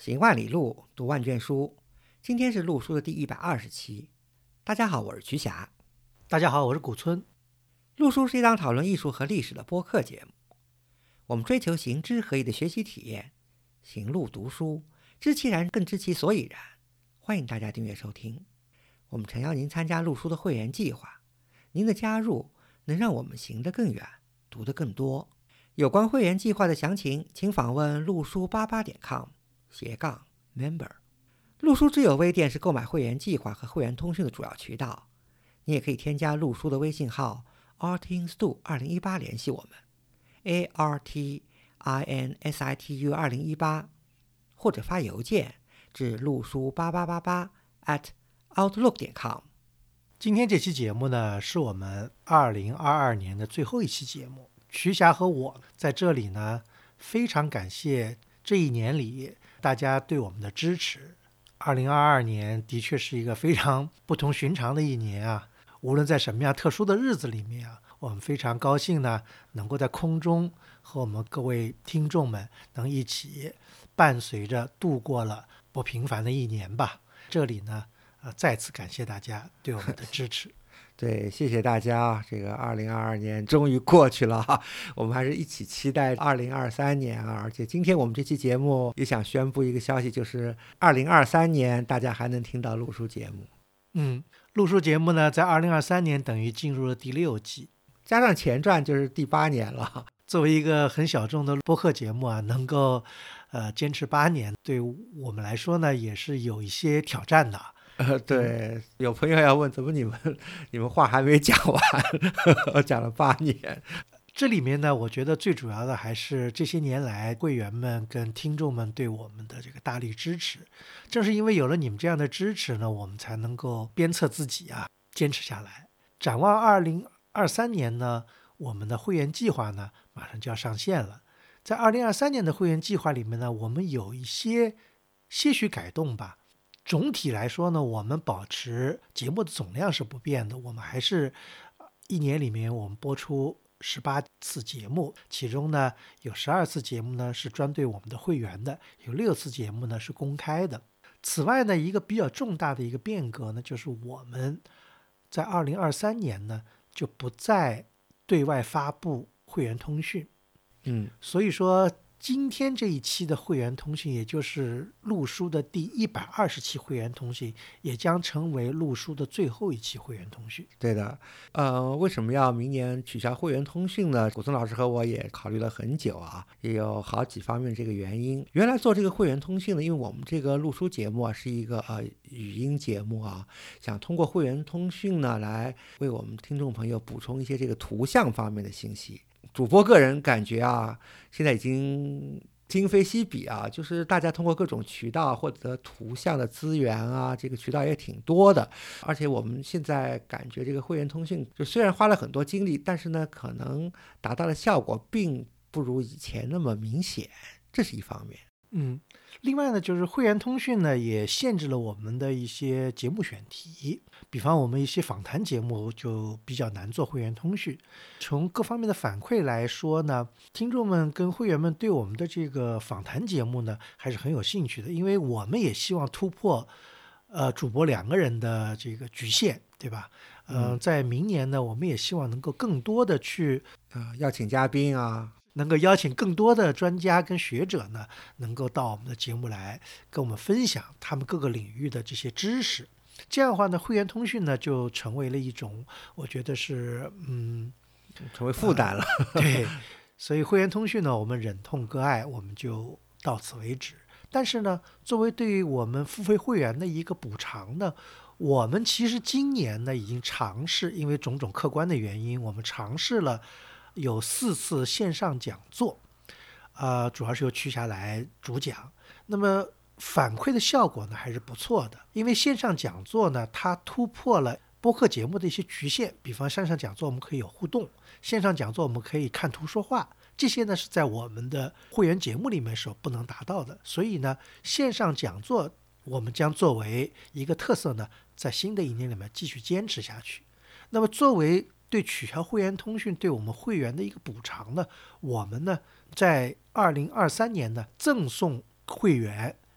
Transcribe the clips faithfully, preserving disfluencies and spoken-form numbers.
行万里路，读万卷书。今天是陆书的第一百二十期。大家好，我是瞿霞。 大家好，我是古村。 陆书是一档讨论艺术和历史的播客节目。我们追求行知合一的学习体验，行路读书，知其然更知其所以然。欢迎大家订阅收听。我们诚邀您参加陆书的会员计划，您的加入能让我们行得更远，读得更多。有关会员计划的详情，请访问陆书八八点 com 斜杠 member。陆书之友微店是购买会员计划和会员通讯的主要渠道，你也可以添加陆书的微信号 artinstu 二零一八联系我们 A R T I N S I T U 二零一八，或者发邮件至陆书八八八八 at outlook 点 com。 今天这期节目呢，是我们二零二二年的最后一期节目。瞿霞和我在这里呢，非常感谢这一年里大家对我们的支持。二零二二年的确是一个非常不同寻常的一年啊，无论在什么样特殊的日子里面啊，我们非常高兴呢，能够在空中和我们各位听众们能一起伴随着度过了不平凡的一年吧。这里呢，呃，再次感谢大家对我们的支持。 对，谢谢大家。这个二零二二年终于过去了，我们还是一起期待二零二三年啊！而且今天我们这期节目也想宣布一个消息，就是二零二三年大家还能听到陆书节目。 嗯，陆书节目呢，在二零二三年等于进入了第六季， 加上前传就是第八年了。 作为一个很小众的播客节目啊，能够呃坚持八年，对我们来说呢，也是有一些挑战的。 呃，对，有朋友要问，怎么你们你们话还没讲完，讲了八年。 这里面呢，我觉得最主要的还是这些年来会员们跟听众们对我们的这个大力支持。正是因为有了你们这样的支持呢，我们才能够鞭策自己啊，坚持下来。展望二零二三年呢，我们的会员计划呢，马上就要上线了。在二零二三年的会员计划里面呢，我们有一些些许改动吧。总体来说呢，我们保持节目的总量是不变的，我们还是一年里面我们播出十八次节目，其中呢有十二次节目呢是专对我们的会员的，有六次节目呢是公开的。此外呢，一个比较重大的一个变革呢，就是我们在二零二三年呢就不再对外发布会员通讯。 嗯， 所以说今天这一期的会员通讯，也就是陆书的第一百二十期会员通讯，也将成为陆书的最后一期会员通讯。 对的，呃，为什么要明年取消会员通讯呢？古村老师和我也考虑了很久啊，也有好几方面这个原因。原来做这个会员通讯呢，因为我们这个陆书节目啊是一个呃语音节目啊，想通过会员通讯呢来为我们听众朋友补充一些这个图像方面的信息。主播个人感觉啊，现在已经今非昔比啊，就是大家通过各种渠道获得图像的资源啊，这个渠道也挺多的。而且我们现在感觉这个会员通讯，就虽然花了很多精力，但是呢，可能达到的效果并不如以前那么明显，这是一方面。 嗯，另外呢，就是会员通讯呢也限制了我们的一些节目选题，比方我们一些访谈节目就比较难做会员通讯。从各方面的反馈来说呢，听众们跟会员们对我们的这个访谈节目呢还是很有兴趣的，因为我们也希望突破呃主播两个人的这个局限，对吧？呃、嗯，在明年呢，我们也希望能够更多的去呃邀请嘉宾啊。 能够邀请更多的专家跟学者呢，能够到我们的节目来跟我们分享他们各个领域的这些知识。这样的话呢，会员通讯呢就成为了一种，我觉得是嗯， 成为负担了。 呃、对，所以会员通讯呢，我们忍痛割爱，我们就到此为止。但是呢，作为对于我们付费会员的一个补偿呢，我们其实今年呢已经尝试，因为种种客观的原因，我们尝试了有四次线上讲座，呃，主要是由瞿霞来主讲。那么反馈的效果呢还是不错的，因为线上讲座呢，它突破了播客节目的一些局限，比方线上讲座我们可以有互动，线上讲座我们可以看图说话，这些呢是在我们的会员节目里面所不能达到的。所以呢，线上讲座我们将作为一个特色呢，在新的一年里面继续坚持下去。那么作为对取消会员通讯对我们会员的一个补偿呢，我们呢在二零二三年呢赠送会员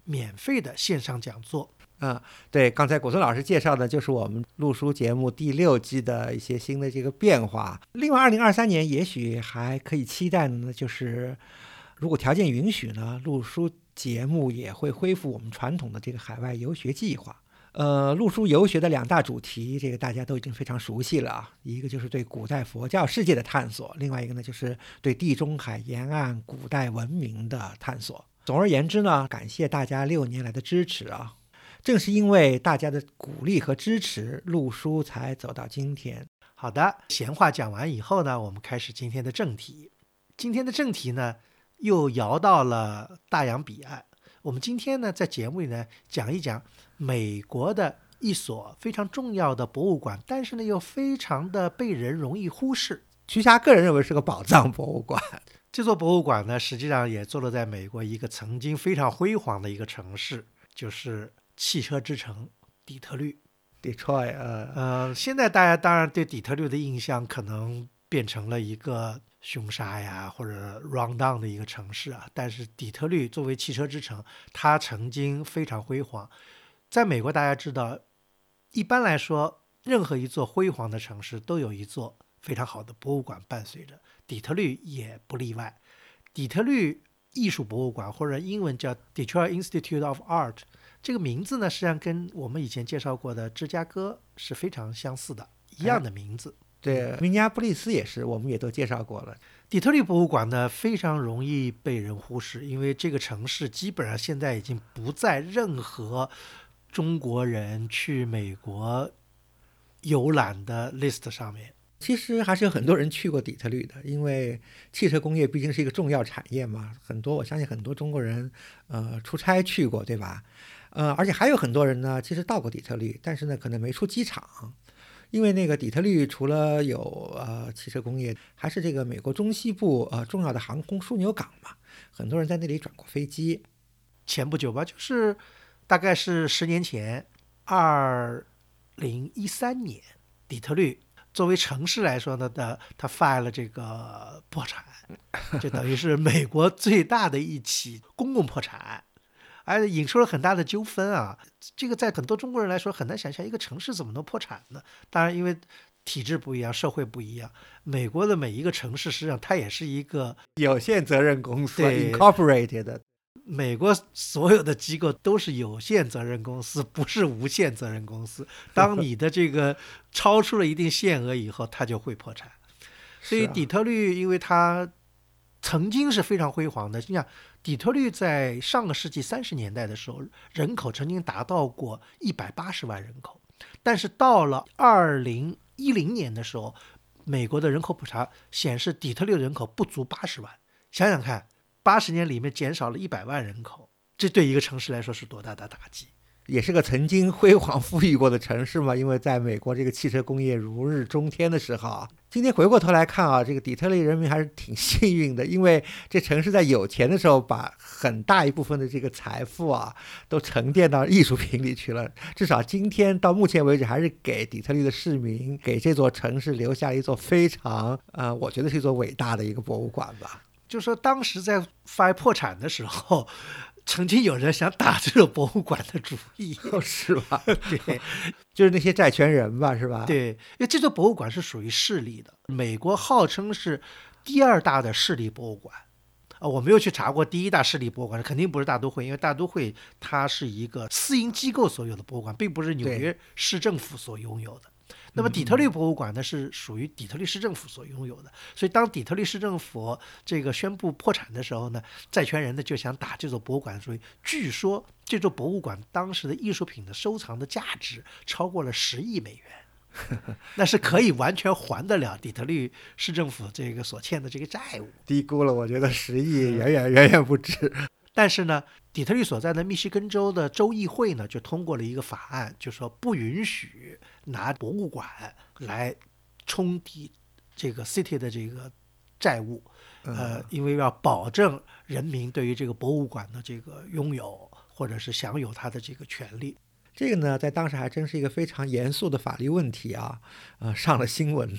免费的线上讲座。 嗯，对，刚才果孙老师介绍的就是我们录书节目第六季的一些新的这个变化。另外，二零二三年也许还可以期待的呢，就是如果条件允许呢，录书节目也会恢复我们传统的这个海外游学计划。呃，录书游学的两大主题，这个大家都已经非常熟悉了啊。一个就是对古代佛教世界的探索，另外一个呢就是对地中海沿岸古代文明的探索。总而言之呢，感谢大家六年来的支持啊。正是因为大家的鼓励和支持，录书才走到今天。 好的，闲话讲完以后呢，我们开始今天的正题。今天的正题呢，又摇到了大洋彼岸。我们今天呢，在节目里呢，讲一讲美国的一所非常重要的博物馆，但是呢，又非常的被人容易忽视。 徐霞个人认为是个宝藏博物馆。 这座博物馆呢，实际上也坐落在美国一个曾经非常辉煌的一个城市，就是汽车之城底特律 Detroit。 呃, 呃，现在大家当然对底特律的印象可能变成了一个凶杀呀或者 run down 的一个城市啊，但是底特律作为汽车之城，它曾经非常辉煌。在美国大家知道，一般来说任何一座辉煌的城市都有一座非常好的博物馆伴随着，底特律也不例外。底特律艺术博物馆，或者英文叫 Detroit Institute of Art， 这个名字呢，实际上跟我们以前介绍过的芝加哥是非常相似的，一样的名字。 对，明尼阿波利斯也是，我们也都介绍过了。 底特律博物馆呢，非常容易被人忽视，因为这个城市基本上现在已经不在任何中国人去美国游览的 list 上面。 其实还是有很多人去过底特律的，因为汽车工业毕竟是一个重要产业嘛，很多我相信很多中国人呃出差去过，对吧？呃，而且还有很多人呢，其实到过底特律，但是呢可能没出机场，因为那个底特律除了有呃汽车工业，还是这个美国中西部呃重要的航空枢纽港嘛，很多人在那里转过飞机。 前不久吧，就是大概是十年前，二零一三年，底特律作为城市来说呢，它它 file 了这个破产，就等于是美国最大的一起公共破产，而引出了很大的纠纷啊。这个在很多中国人来说很难想象，一个城市怎么能破产呢？当然，因为体制不一样，社会不一样，美国的每一个城市实际上它也是一个有限责任公司 incorporated 的。 美国所有的机构都是有限责任公司，不是无限责任公司。当你的这个超出了一定限额以后，它就会破产。所以底特律因为它曾经是非常辉煌的，你想底特律在上个世纪三十年代的时候，人口曾经达到过一百八十万人口，但是到了二零一零年的时候，美国的人口普查显示底特律人口不足八十万。想想看，八十年里面减少了一百万人口，这对一个城市来说是多大的打击？ 也是个曾经辉煌富裕过的城市嘛，因为在美国这个汽车工业如日中天的时候啊，今天回过头来看啊，这个底特律人民还是挺幸运的，因为这城市在有钱的时候把很大一部分的这个财富啊都沉淀到艺术品里去了，至少今天到目前为止还是给底特律的市民，给这座城市留下一座非常呃，我觉得是一座伟大的一个博物馆吧。 就说当时在发破产的时候，曾经有人想打这个博物馆的主意。 哦，是吧？ 对， 就是那些债权人吧，是吧？ 对，因为这座博物馆是属于市立的，美国号称是第二大的市立博物馆。啊，我没有去查过第一大市立博物馆，肯定不是大都会，因为大都会它是一个私营机构所有的博物馆，并不是纽约市政府所拥有的。那么底特律博物馆呢，是属于底特律市政府所拥有的，所以当底特律市政府这个宣布破产的时候呢，债权人呢就想打这座博物馆的主意。据说这座博物馆当时的艺术品的收藏的价值超过了十亿美元，那是可以完全还得了底特律市政府这个所欠的这个债务。 低估了，我觉得十亿远远远远不止。 但是呢，底特律所在的密西根州的州议会呢，就通过了一个法案，就说不允许拿博物馆来冲抵这个 city 的这个债务，呃，因为要保证人民对于这个博物馆的这个拥有或者是享有它的这个权利。 这个呢，在当时还真是一个非常严肃的法律问题啊，呃，上了新闻的。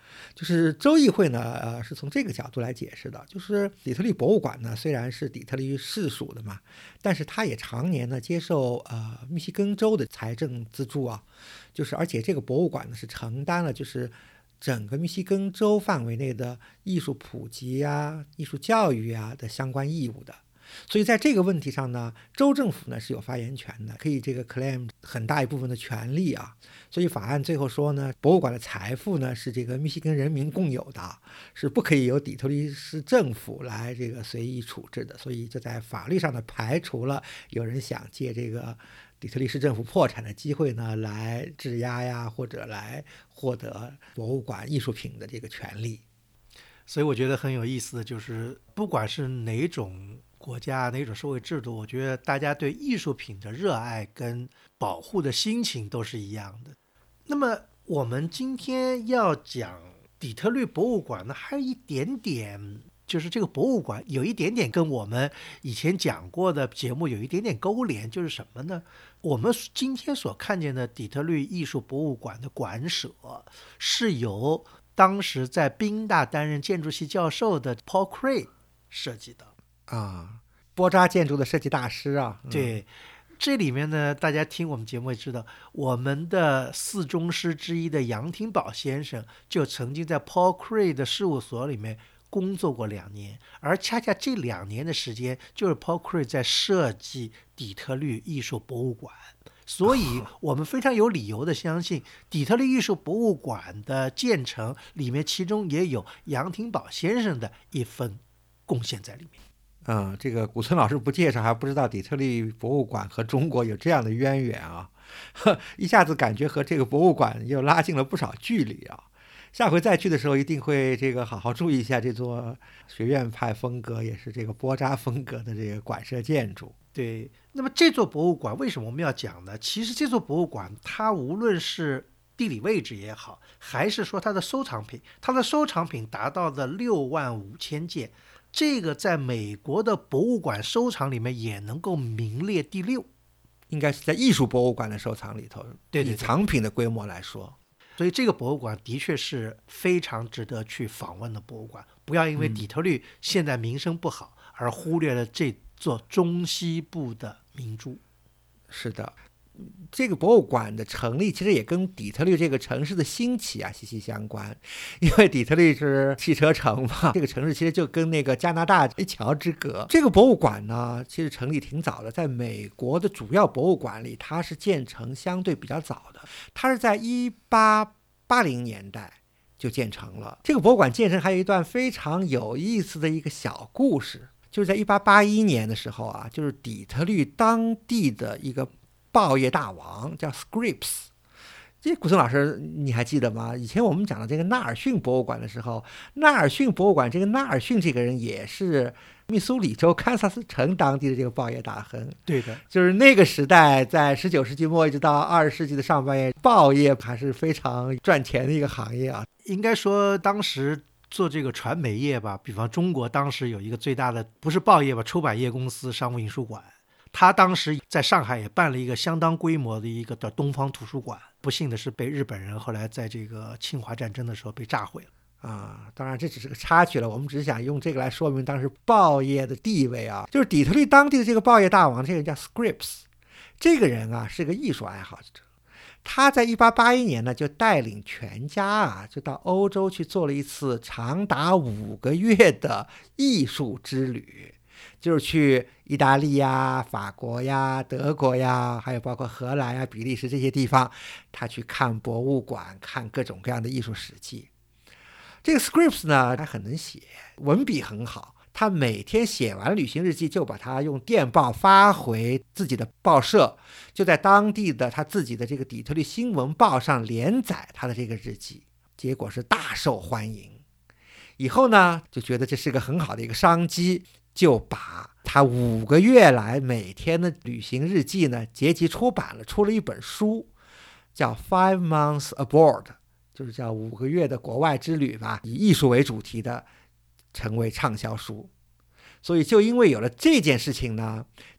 就是州议会呢，呃，是从这个角度来解释的。就是底特律博物馆呢，虽然是底特律市属的嘛，但是它也常年呢接受呃密西根州的财政资助啊。就是而且这个博物馆呢是承担了就是整个密西根州范围内的艺术普及啊、艺术教育啊的相关义务的。所以在这个问题上呢，州政府呢是有发言权的，可以这个 claim 很大一部分的权利啊。所以法案最后说呢，博物馆的财富呢是这个密西根人民共有的，是不可以由底特律市政府来这个随意处置的。所以这在法律上呢排除了有人想借这个底特律市政府破产的机会呢来质押呀，或者来获得博物馆艺术品的这个权利。 所以我觉得很有意思的就是，不管是哪种国家哪种社会制度，我觉得大家对艺术品的热爱跟保护的心情都是一样的。那么我们今天要讲底特律博物馆呢，还有一点点，就是这个博物馆有一点点跟我们以前讲过的节目有一点点勾连，就是什么呢？我们今天所看见的底特律艺术博物馆的馆舍是由当时在宾大担任建筑系教授的 Paul Cray 设计的啊，波扎建筑的设计大师啊。 嗯、对，这里面呢，大家听我们节目也知道，我们的四宗师之一的杨廷宝先生就曾经在 Paul Cray 的事务所里面工作过两年，而恰恰这两年的时间，就是 Paul Cray 在设计底特律艺术博物馆。所以我们非常有理由的相信，底特律艺术博物馆的建成里面，其中也有杨廷宝先生的一份贡献在里面。 嗯，这个古村老师不介绍还不知道底特律博物馆和中国有这样的渊源啊，一下子感觉和这个博物馆又拉近了不少距离啊。下回再去的时候一定会这个好好注意一下这座学院派风格，也是这个波扎风格的这个馆舍建筑。 对，那么这座博物馆为什么我们要讲呢？其实这座博物馆它无论是地理位置也好，还是说它的收藏品，它的收藏品达到了六万五千件，这个在美国的博物馆收藏里面也能够名列第六， 应该是在艺术博物馆的收藏里头。 对对对， 以藏品的规模来说， 所以这个博物馆的确是非常值得去访问的博物馆。不要因为底特律现在名声不好而忽略了这座中西部的明珠。 是的，这个博物馆的成立其实也跟底特律这个城市的兴起啊息息相关。因为底特律是汽车城嘛，这个城市其实就跟那个加拿大一桥之隔。这个博物馆呢其实成立挺早的，在美国的主要博物馆里它是建成相对比较早的，它是在一八八零年代就建成了。这个博物馆建成还有一段非常有意思的一个小故事，就是在一八八一年的时候啊，就是底特律当地的一个报业大王叫 Scripps。 这古村老师你还记得吗？以前我们讲到这个纳尔逊博物馆的时候，纳尔逊博物馆这个纳尔逊这个人也是密苏里州堪萨斯城当地的这个报业大亨。 对的， 就是那个时代，在十九世纪末一直到二十世纪的上半叶，报业还是非常赚钱的一个行业啊。 应该说当时做这个传媒业吧，比方中国当时有一个最大的不是报业吧，出版业公司商务印书馆，他当时在上海也办了一个相当规模的一个的东方图书馆，不幸的是被日本人后来在这个侵华战争的时候被炸毁了啊。当然这只是个插曲了，我们只是想用这个来说明当时报业的地位啊。就是底特律当地的这个报业大王，这个人叫 Scripps， 这个人啊是个艺术爱好者。他在一八八一年呢就带领全家啊就到欧洲去做了一次长达五个月的艺术之旅，就是去意大利呀、法国呀、德国呀，还有包括荷兰呀、比利时这些地方，他去看博物馆，看各种各样的艺术史迹。这个 Scripps 呢他很能写，文笔很好，他每天写完旅行日记就把它用电报发回自己的报社，就在当地的他自己的这个底特律新闻报上连载他的这个日记，结果是大受欢迎。以后呢就觉得这是个很好的一个商机，就把他五个月来每天的旅行日记呢结集出版了，出了一本书叫 Five Months Abroad， 就是叫五个月的国外之旅吧，以艺术为主题的，成为畅销书。所以就因为有了这件事情呢，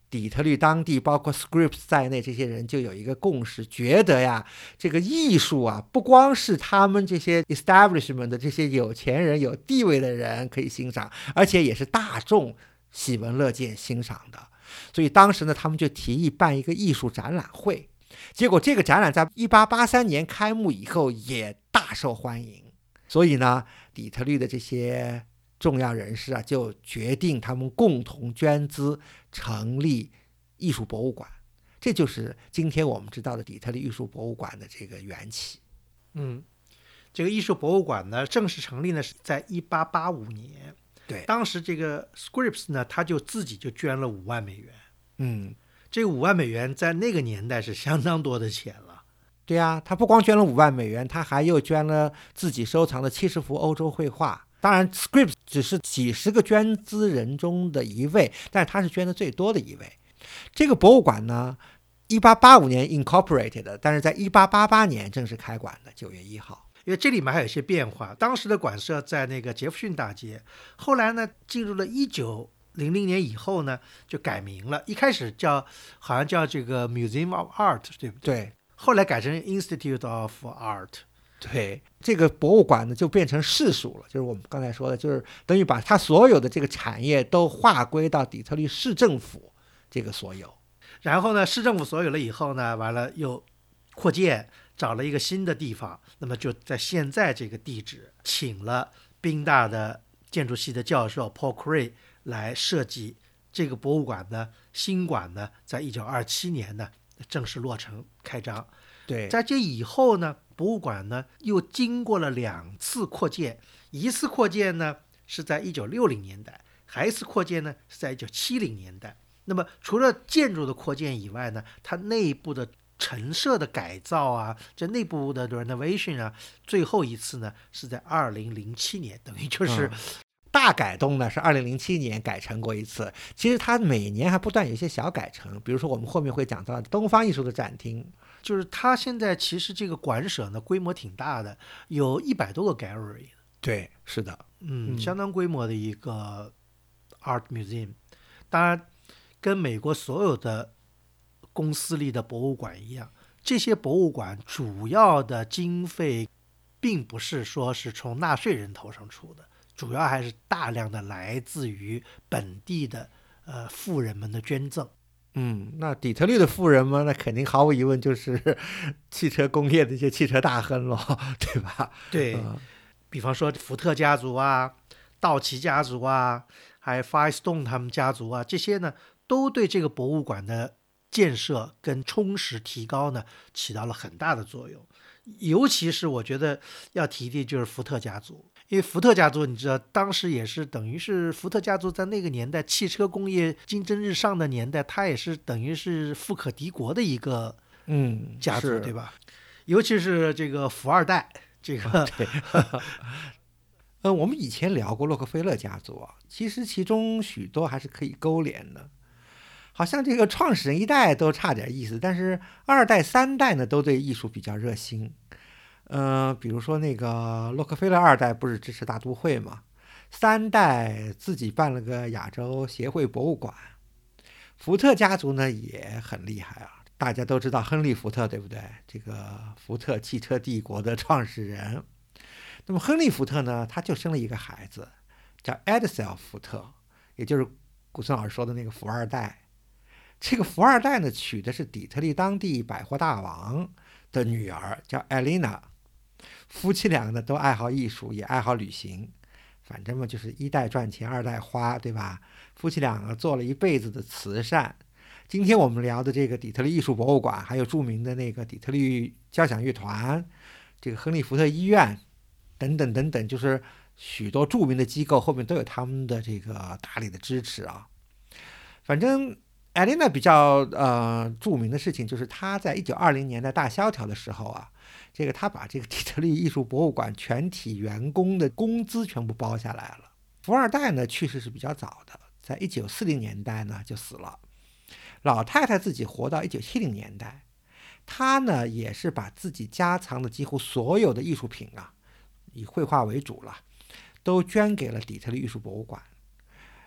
底特律当地包括 Scripps 在内这些人就有一个共识，觉得呀，这个艺术啊，不光是他们这些 establishment 的这些有钱人有地位的人可以欣赏，而且也是大众喜闻乐见欣赏的。所以当时呢，他们就提议办一个艺术展览会，结果这个展览在一八八三年开幕以后也大受欢迎。所以呢，底特律的这些重要人士啊，就决定他们共同捐资成立艺术博物馆，这就是今天我们知道的底特律艺术博物馆的这个缘起。 嗯，这个艺术博物馆呢，正式成立呢是在一八八五年。 对， 当时这个 Scripps 呢，他就自己就捐了五万美元。 嗯， 这五万美元在那个年代是相当多的钱了。 对啊，他不光捐了五万美元，他还又捐了自己收藏的七十幅欧洲绘画。当然 Scripps 只是几十个捐资人中的一位，但是他是捐的最多的一位。这个博物馆呢一八八五年 incorporated 的，但是在一八八八年正式开馆的九月一号。 因为这里面还有一些变化，当时的馆舍在那个杰弗逊大街，后来呢进入了一九零零年以后呢就改名了，一开始叫好像叫这个 Museum of Art， 对不对？ 对， 后来改成 Institute of Art。 对，这个博物馆呢就变成市属了，就是我们刚才说的，就是等于把它所有的这个产业都划归到底特律市政府这个所有。 然后呢，市政府所有了以后呢，完了又扩建，找了一个新的地方，那么就在现在这个地址，请了宾大的建筑系的教授 Paul Cray 来设计这个博物馆呢。新馆呢，在一九二七年呢正式落成开张。 对， 在这以后呢，博物馆呢又经过了两次扩建，一次扩建呢是在一九六零年代，还一次扩建呢是在一九七零年代。那么除了建筑的扩建以外呢，它内部的陈设的改造啊，这内部的 renovation 啊，最后一次呢是在二零零七年，等于就是、 嗯、大改动呢是二零零七年改成过一次。其实它每年还不断有一些小改成，比如说我们后面会讲到东方艺术的展厅。 就是它现在其实这个馆舍呢规模挺大的，有一百多个 gallery。 对，是的， 嗯，相当规模的一个 art museum。 当然跟美国所有的公私立的博物馆一样，这些博物馆主要的经费并不是说是从纳税人头上出的，主要还是大量的来自于本地的呃富人们的捐赠。 嗯，那底特律的富人们，那肯定毫无疑问就是汽车工业的一些汽车大亨咯，对吧？ 对、嗯、比方说福特家族啊，道奇家族啊，还有 Firestone 他们家族啊，这些呢都对这个博物馆的建设跟充实提高呢起到了很大的作用。尤其是我觉得要提的就是福特家族，因为福特家族你知道当时也是等于是福特家族在那个年代汽车工业竞争日上的年代，它也是等于是富可敌国的一个嗯家族、嗯、对吧？尤其是这个富二代这个对呃，我们以前聊过洛克菲勒家族啊，其实其中许多还是可以勾连的。好像这个创始人一代都差点意思，但是二代三代呢都对艺术比较热心。呃，比如说那个洛克菲勒二代不是支持大都会嘛，三代自己办了个亚洲协会博物馆。福特家族呢也很厉害啊，大家都知道亨利福特对不对？这个福特汽车帝国的创始人。那么亨利福特呢，他就生了一个孩子叫 Edsel 福特，也就是古森老师说的那个富二代。这个富二代呢娶的是底特律当地百货大王的女儿叫艾琳娜，夫妻两个呢都爱好艺术也爱好旅行，反正嘛就是一代赚钱二代花，对吧？夫妻两个做了一辈子的慈善。今天我们聊的这个底特律艺术博物馆，还有著名的那个底特律交响乐团，这个亨利福特医院等等等等，就是许多著名的机构后面都有他们的这个大力的支持啊。反正艾琳娜比较呃著名的事情就是她在一九二零年代大萧条的时候啊，这个她把这个底特律艺术博物馆全体员工的工资全部包下来了。富二代呢去世是比较早的，在一九四零年代呢就死了。老太太自己活到一九七零年代，她呢也是把自己家藏的几乎所有的艺术品啊，以绘画为主了，都捐给了底特律艺术博物馆。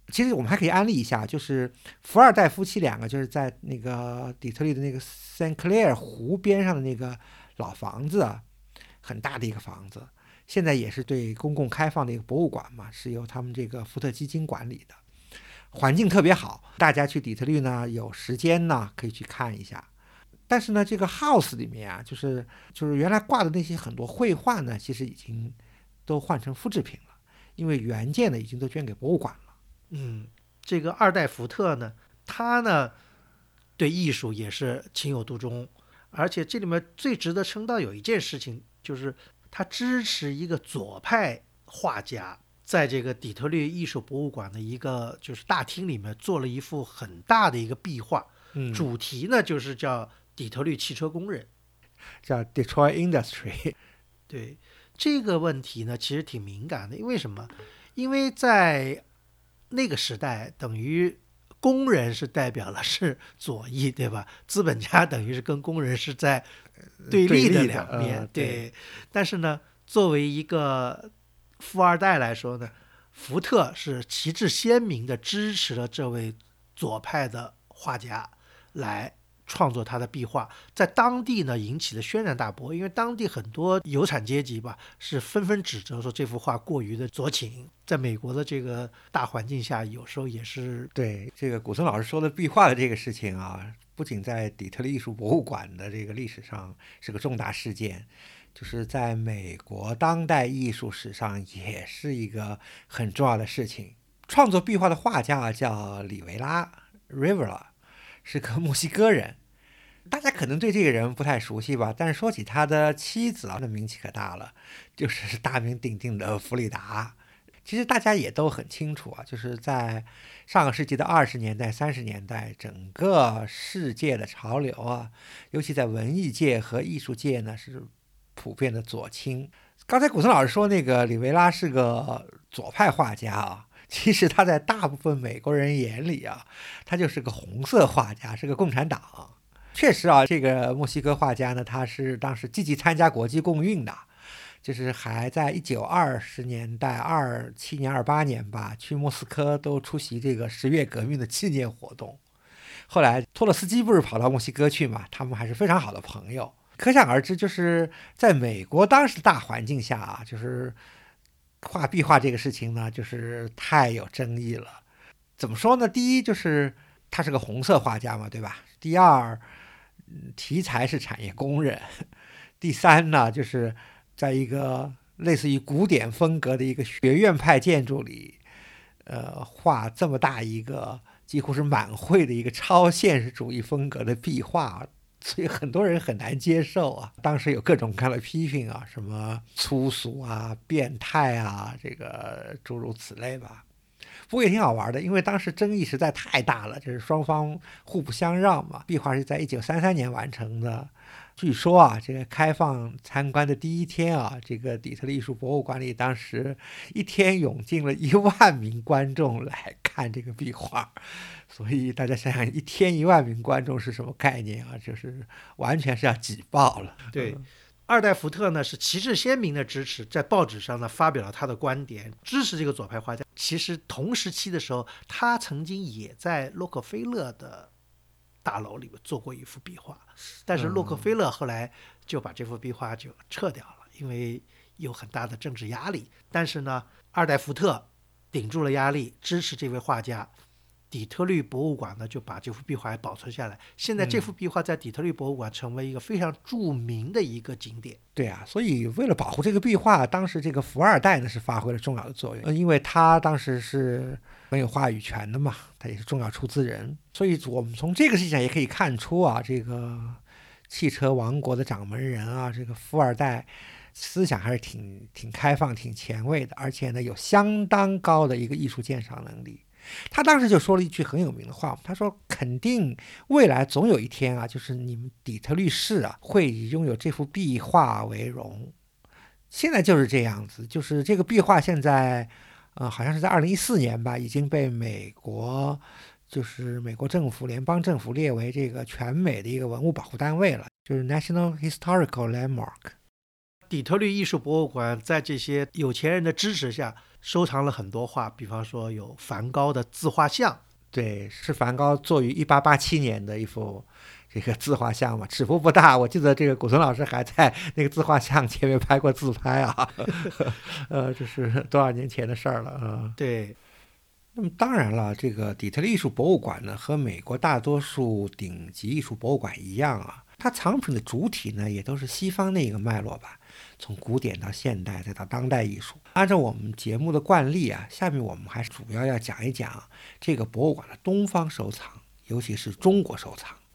其实我们还可以安利一下，就是福二代夫妻两个，就是在那个底特律的那个圣克莱尔湖边上的那个老房子啊，很大的一个房子，现在也是对公共开放的一个博物馆嘛，是由他们这个福特基金管理的，环境特别好，大家去底特律呢有时间呢可以去看一下。但是呢，这个 house 里面啊，就是就是原来挂的那些很多绘画呢，其实已经都换成复制品了，因为原件呢已经都捐给博物馆了。 嗯，这个二代福特呢，他呢对艺术也是情有独钟，而且这里面最值得称道有一件事情，就是他支持一个左派画家，在这个底特律艺术博物馆的一个就是大厅里面做了一幅很大的一个壁画， 嗯， 主题呢就是叫底特律汽车工人， 叫 Detroit Industry。 对这个问题呢，其实挺敏感的，因为什么？因为在那个时代，等于工人是代表了是左翼，对吧？资本家等于是跟工人是在对立的两面， 呃、 对。 对。 但是呢，作为一个富二代来说呢，福特是旗帜鲜明的支持了这位左派的画家来创作他的壁画，在当地呢引起了轩然大波，因为当地很多有产阶级吧是纷纷指责说这幅画过于的左倾，在美国的这个大环境下，有时候也是对这个古森老师说的壁画的这个事情啊，不仅在底特律艺术博物馆的这个历史上是个重大事件，就是在美国当代艺术史上也是一个很重要的事情。创作壁画的画家叫里维拉 Rivera， 是个墨西哥人，大家可能对这个人不太熟悉吧，但是说起他的妻子啊，那名气可大了，就是大名鼎鼎的弗里达。其实大家也都很清楚啊，就是在上个世纪的二十年代、三十年代，整个世界的潮流啊，尤其在文艺界和艺术界呢，是普遍的左倾。刚才古森老师说那个里维拉是个左派画家啊，其实他在大部分美国人眼里啊，他就是个红色画家，是个共产党。确实啊，这个墨西哥画家呢，他是当时积极参加国际共运的，就是还在一九二十年代二七年、二八年吧，去莫斯科都出席这个十月革命的纪念活动。后来托洛斯基不是跑到墨西哥去嘛，他们还是非常好的朋友。可想而知，就是在美国当时大环境下啊，就是画壁画这个事情呢，就是太有争议了。怎么说呢？第一就是他是个红色画家嘛，对吧？第二，题材是产业工人。第三呢，就是在一个类似于古典风格的一个学院派建筑里，呃，画这么大一个几乎是满绘的一个超现实主义风格的壁画，所以很多人很难接受啊。当时有各种各样的批评啊，什么粗俗啊、变态啊，这个诸如此类吧。不过也挺好玩的，因为当时争议实在太大了，就是双方互不相让嘛。壁画是在一九三三年完成的，据说啊，这个开放参观的第一天啊，这个底特律艺术博物馆里当时一天涌进了一万名观众来看这个壁画，所以大家想想，一天一万名观众是什么概念啊？就是完全是要挤爆了。 对。 嗯二代福特呢是旗帜鲜明的支持，在报纸上呢发表了他的观点，支持这个左派画家。其实同时期的时候，他曾经也在洛克菲勒的大楼里面做过一幅壁画，但是洛克菲勒后来就把这幅壁画就撤掉了，因为有很大的政治压力。但是呢，二代福特顶住了压力，支持这位画家。底特律博物馆呢就把这幅壁画保存下来，现在这幅壁画在底特律博物馆成为一个非常著名的一个景点。 对啊，所以为了保护这个壁画，当时这个福二代呢是发挥了重要的作用，因为他当时是很有话语权的嘛，他也是重要出资人。所以我们从这个事情上也可以看出啊，这个汽车王国的掌门人啊，这个富二代思想还是挺挺开放、挺前卫的，而且呢有相当高的一个艺术鉴赏能力。他当时就说了一句很有名的话，他说肯定未来总有一天啊，就是你们底特律市啊会以拥有这幅壁画为荣。现在就是这样子，就是这个壁画现在呃好像是在二零一四年吧，已经被美国就是美国政府联邦政府列为这个全美的一个文物保护单位了，就是 National Historical Landmark。 底特律艺术博物馆在这些有钱人的支持下， 收藏了很多画，比方说有梵高的自画像。 对，是梵高作于一八八七年的一幅这个自画像嘛，尺幅不大。我记得这个古村老师还在那个自画像前面拍过自拍啊，呃，这是多少年前的事儿了啊、呃。 对。 那么当然了，这个底特律艺术博物馆呢，和美国大多数顶级艺术博物馆一样啊，它藏品的主体呢，也都是西方那个脉络吧，从古典到现代再到当代艺术。按照我们节目的惯例啊，下面我们还是主要要讲一讲这个博物馆的东方收藏，尤其是中国收藏。